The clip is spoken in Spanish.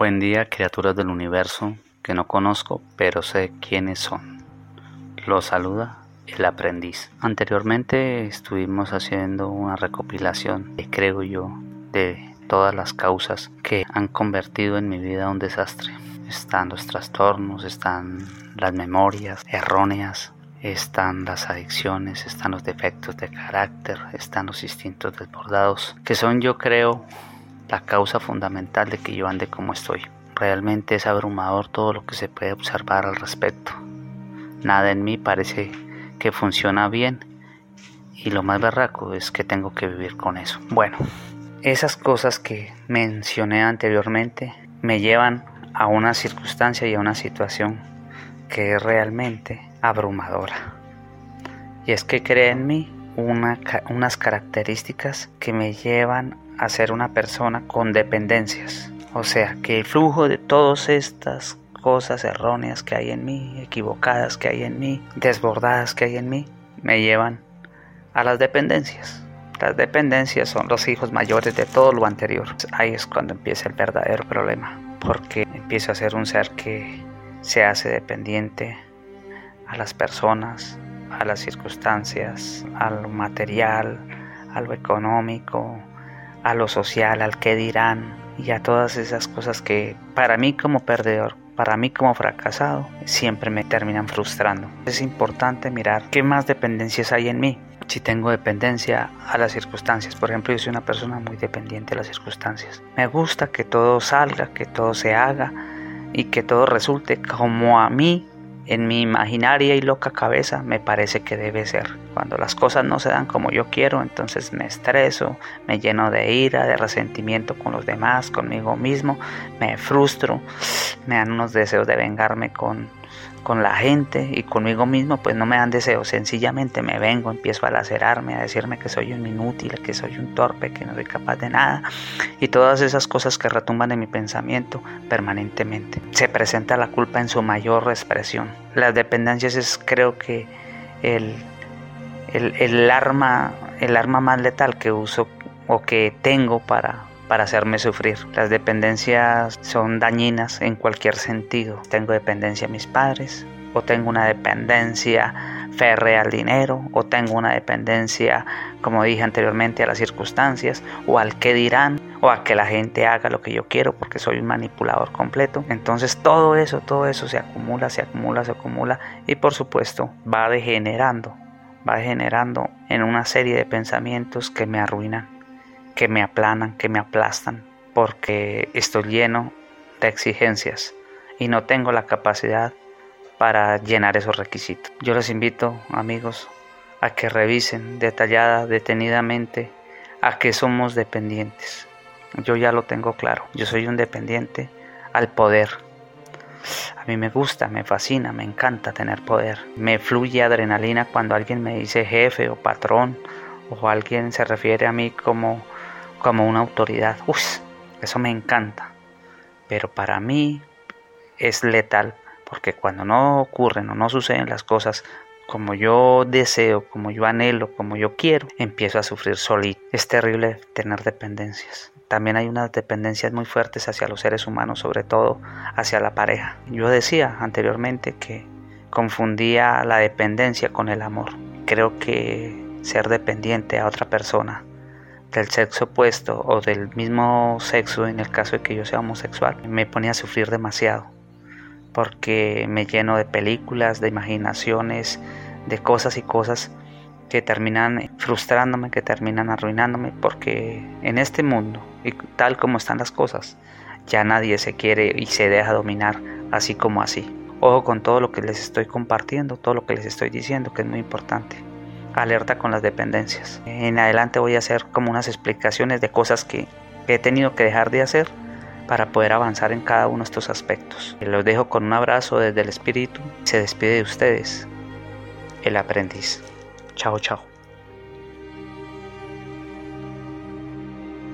Buen día, criaturas del universo que no conozco, pero sé quiénes son. Los saluda el aprendiz. Anteriormente estuvimos haciendo una recopilación, creo yo, de todas las causas que han convertido en mi vida un desastre. Están los trastornos, están las memorias erróneas, están las adicciones, están los defectos de carácter, están los instintos desbordados, que son, yo creo, la causa fundamental de que yo ande como estoy. Realmente es abrumador todo lo que se puede observar al respecto. Nada en mí parece que funciona bien y lo más berraco es que tengo que vivir con eso. Bueno, esas cosas que mencioné anteriormente me llevan a una circunstancia y a una situación que es realmente abrumadora. Y es que crea en mí unas características que me llevan a ser una persona con dependencias. O sea, que el flujo de todas estas cosas erróneas que hay en mí, equivocadas que hay en mí, desbordadas que hay en mí, me llevan a las dependencias. Las dependencias son los hijos mayores de todo lo anterior. Ahí es cuando empieza el verdadero problema, porque empiezo a ser un ser que se hace dependiente a las personas, a las circunstancias, a lo material, a lo económico, a lo social, al qué dirán y a todas esas cosas que para mí como perdedor, para mí como fracasado, siempre me terminan frustrando. Es importante mirar qué más dependencias hay en mí. Si tengo dependencia a las circunstancias, por ejemplo, yo soy una persona muy dependiente a las circunstancias. Me gusta que todo salga, que todo se haga y que todo resulte como a mí, en mi imaginaria y loca cabeza, me parece que debe ser. Cuando las cosas no se dan como yo quiero, entonces me estreso, me lleno de ira, de resentimiento con los demás, conmigo mismo, me frustro, me dan unos deseos de vengarme con la gente y conmigo mismo, pues no me dan deseos, sencillamente me vengo, empiezo a lacerarme, a decirme que soy un inútil, que soy un torpe, que no soy capaz de nada y todas esas cosas que retumban en mi pensamiento permanentemente. Se presenta la culpa en su mayor expresión. Las dependencias es, creo que, el arma más letal que uso o que tengo para hacerme sufrir. Las dependencias son dañinas en cualquier sentido. Tengo dependencia a mis padres, o tengo una dependencia férrea al dinero, o tengo una dependencia, como dije anteriormente, a las circunstancias, o al qué dirán, o a que la gente haga lo que yo quiero, porque soy un manipulador completo. Entonces todo eso se acumula, y por supuesto va degenerando en una serie de pensamientos que me arruinan, que me aplanan, que me aplastan, porque estoy lleno de exigencias y no tengo la capacidad para llenar esos requisitos. Yo les invito, amigos, a que revisen detenidamente a qué somos dependientes. Yo ya lo tengo claro. Yo soy un dependiente al poder. A mí me gusta, me fascina, me encanta tener poder. Me fluye adrenalina cuando alguien me dice jefe o patrón, o alguien se refiere a mí como una autoridad. Eso me encanta. Pero para mí es letal, porque cuando no ocurren o no suceden las cosas como yo deseo, como yo anhelo, como yo quiero, empiezo a sufrir solito. Es terrible tener dependencias. También hay unas dependencias muy fuertes hacia los seres humanos, sobre todo hacia la pareja. Yo decía anteriormente que confundía la dependencia con el amor. Creo que ser dependiente a otra persona del sexo opuesto o del mismo sexo, en el caso de que yo sea homosexual, me pone a sufrir demasiado, porque me lleno de películas, de imaginaciones, de cosas y cosas que terminan frustrándome, que terminan arruinándome, porque en este mundo, y tal como están las cosas, ya nadie se quiere y se deja dominar así como así. Ojo con todo lo que les estoy compartiendo, todo lo que les estoy diciendo, que es muy importante. Alerta con las dependencias. En adelante voy a hacer como unas explicaciones de cosas que he tenido que dejar de hacer para poder avanzar en cada uno de estos aspectos. Los dejo con un abrazo desde el espíritu. Se despide de ustedes el aprendiz. Chao, chao.